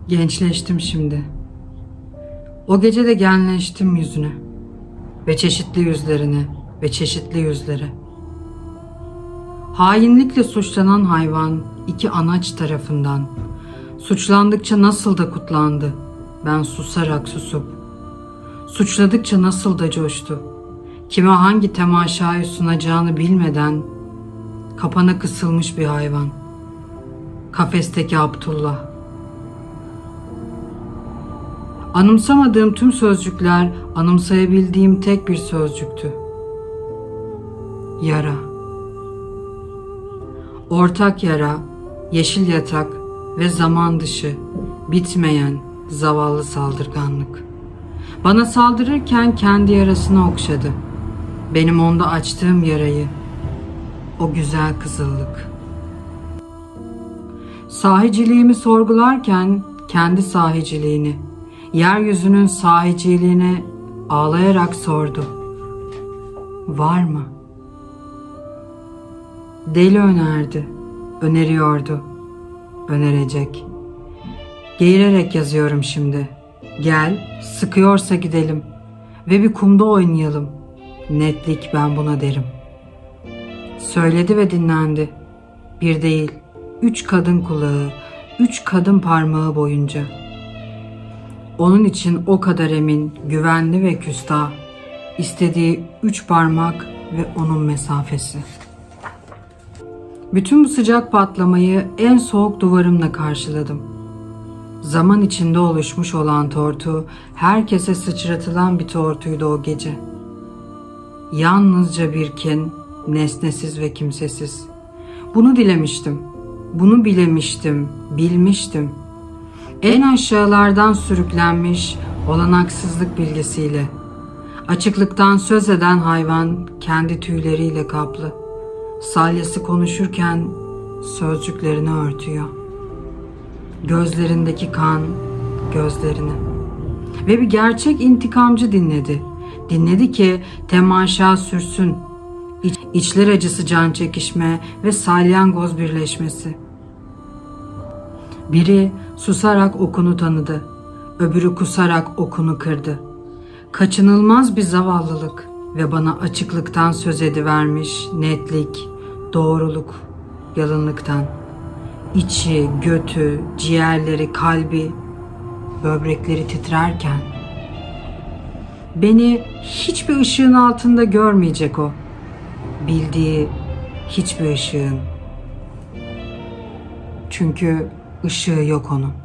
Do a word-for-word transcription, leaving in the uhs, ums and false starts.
Gençleştim şimdi. O gece de genleştim yüzüne ve çeşitli yüzlerine ve çeşitli yüzlere. Hainlikle suçlanan hayvan iki anaç tarafından suçlandıkça nasıl da kutlandı, ben susarak susup. Suçladıkça nasıl da coştu, kime hangi temaşayı sunacağını bilmeden kapana kısılmış bir hayvan. Kafesteki Abdullah. Anımsamadığım tüm sözcükler anımsayabildiğim tek bir sözcüktü. Yara. Ortak yara, yeşil yatak ve zaman dışı, bitmeyen zavallı saldırganlık. Bana saldırırken kendi yarasını okşadı. Benim onda açtığım yarayı, o güzel kızıllık. Sahiciliğimi sorgularken kendi sahiciliğini, yeryüzünün sahiciliğine ağlayarak sordu. Var mı? Deli önerdi, öneriyordu, önerecek. Geğirerek yazıyorum şimdi. Gel, sıkıyorsa gidelim ve bir kumda oynayalım. Netlik, ben buna derim. Söyledi ve dinlendi. Bir değil, üç kadın kulağı, üç kadın parmağı boyunca. Onun için o kadar emin, güvenli ve küstah, istediği üç parmak ve onun mesafesi. Bütün bu sıcak patlamayı en soğuk duvarımla karşıladım. Zaman içinde oluşmuş olan tortu, herkese sıçratılan bir tortuydu o gece. Yalnızca bir kin, nesnesiz ve kimsesiz. Bunu dilemiştim, bunu bilemiştim, bilmiştim. En aşağılardan sürüklenmiş olanaksızlık bilgisiyle. Açıklıktan söz eden hayvan kendi tüyleriyle kaplı. Salyası konuşurken sözcüklerini örtüyor. Gözlerindeki kan gözlerini. Ve bir gerçek intikamcı dinledi. Dinledi ki temaşa sürsün. İç, içler acısı can çekişme ve salyangoz birleşmesi. Biri susarak okunu tanıdı. Öbürü kusarak okunu kırdı. Kaçınılmaz bir zavallılık ve bana açıklıktan söz edivermiş netlik, doğruluk, yalınlıktan. İçi, götü, ciğerleri, kalbi, böbrekleri titrerken beni hiçbir ışığın altında görmeyecek o. Bildiği hiçbir ışığın. Çünkü ışığı yok onun.